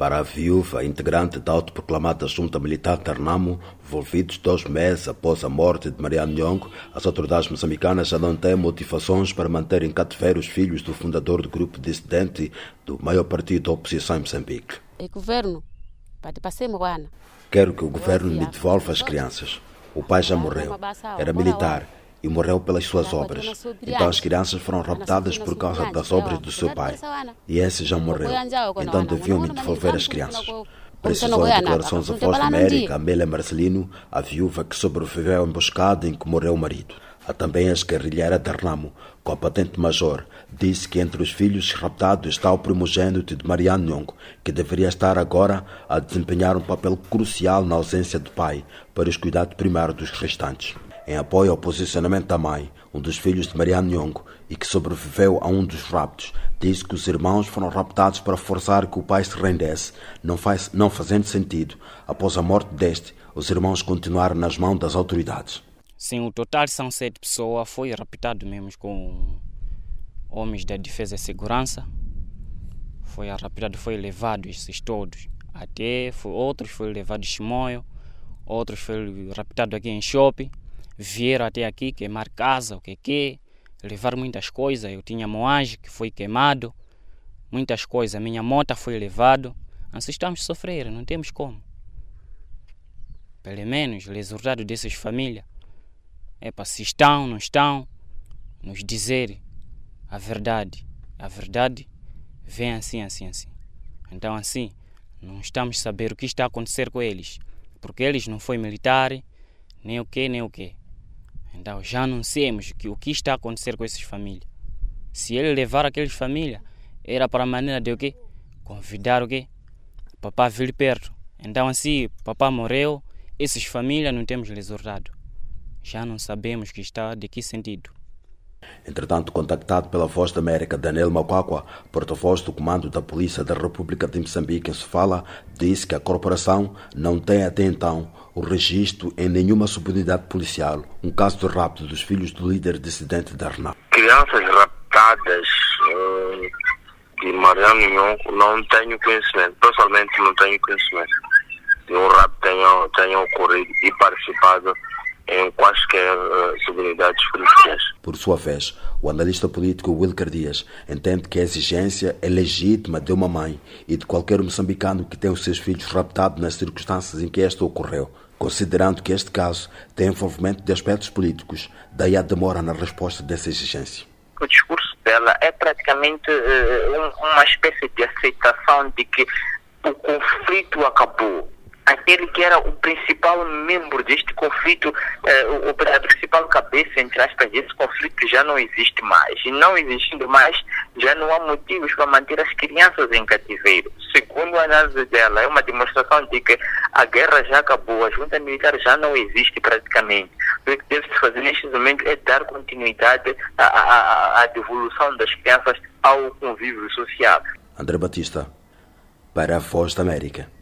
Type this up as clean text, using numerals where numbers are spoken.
Para a viúva, integrante da autoproclamada Junta Militar de Renamo, envolvidos 2 meses após a morte de Mariano Nhongo, as autoridades moçambicanas já não têm motivações para manter em cativeiro os filhos do fundador do grupo dissidente do maior partido da oposição em Moçambique. Quero que o governo me devolva as crianças. O pai já morreu, era militar e morreu pelas suas obras. Então as crianças foram raptadas por causa das obras do seu pai. E esse já morreu, então deviam me devolver as crianças. Precisou em declarações à Voz da América, Amélia Marcelino, a viúva que sobreviveu à emboscada em que morreu o marido. Há também a ex-guerrilheira de Renamo, com a patente-major, disse que entre os filhos raptados está o primogênito de Mariano Nhongo, que deveria estar agora a desempenhar um papel crucial na ausência do pai, para os cuidados primários dos restantes. Em apoio ao posicionamento da mãe, um dos filhos de Mariano Nhongo e que sobreviveu a um dos raptos, disse que os irmãos foram raptados para forçar que o pai se rendesse, não fazendo sentido. Após a morte deste, os irmãos continuaram nas mãos das autoridades. Sim, o total são 7 pessoas, foi raptado mesmo com homens da defesa e segurança. Foi raptado, foi levado esses todos. Outros foram levados em Chimoio, outros foram raptados aqui em shopping. Vieram até aqui queimar casa, o que, levar muitas coisas. Eu tinha moagem que foi queimado, muitas coisas. Minha moto foi levado. Nós estamos a sofrer, não temos como. Pelo menos, os resultados dessas famílias, se estão, não estão, nos dizer a verdade. A verdade vem assim. Então, assim, não estamos a saber o que está a acontecer com eles, porque eles não foram militares, nem o quê. Então, já anunciamos o que está a acontecer com essas famílias. Se ele levar aquelas famílias, era para a maneira de o quê? Convidar o quê? Papá vir perto. Então, assim, papá morreu, essas famílias não temos resultado. Já não sabemos que está de que sentido. Entretanto, contactado pela Voz da América, Daniel Makwakwa, porta-voz do Comando da Polícia da República de Moçambique em Sofala, disse que a corporação não tem até então o registro em nenhuma subunidade policial um caso de rapto dos filhos do líder dissidente da Renamo. Crianças raptadas de Mariano Nhongo não tenho conhecimento, pessoalmente não tenho conhecimento de um rapto tenha ocorrido e participado em quaisquer subunidades policiais. Por sua vez, o analista político Wilker Dias entende que a exigência é legítima de uma mãe e de qualquer moçambicano que tenha os seus filhos raptados nas circunstâncias em que esta ocorreu, considerando que este caso tem envolvimento de aspectos políticos, daí a demora na resposta dessa exigência. O discurso dela é praticamente uma espécie de aceitação de que o conflito acabou. Aquele que era o principal membro deste conflito, a principal cabeça, entre aspas, desse conflito já não existe mais. E não existindo mais, já não há motivos para manter as crianças em cativeiro. Segundo a análise dela, é uma demonstração de que a guerra já acabou, a junta militar já não existe praticamente. O que deve-se fazer neste momento é dar continuidade à devolução das crianças ao convívio social. André Batista, para a Voz da América.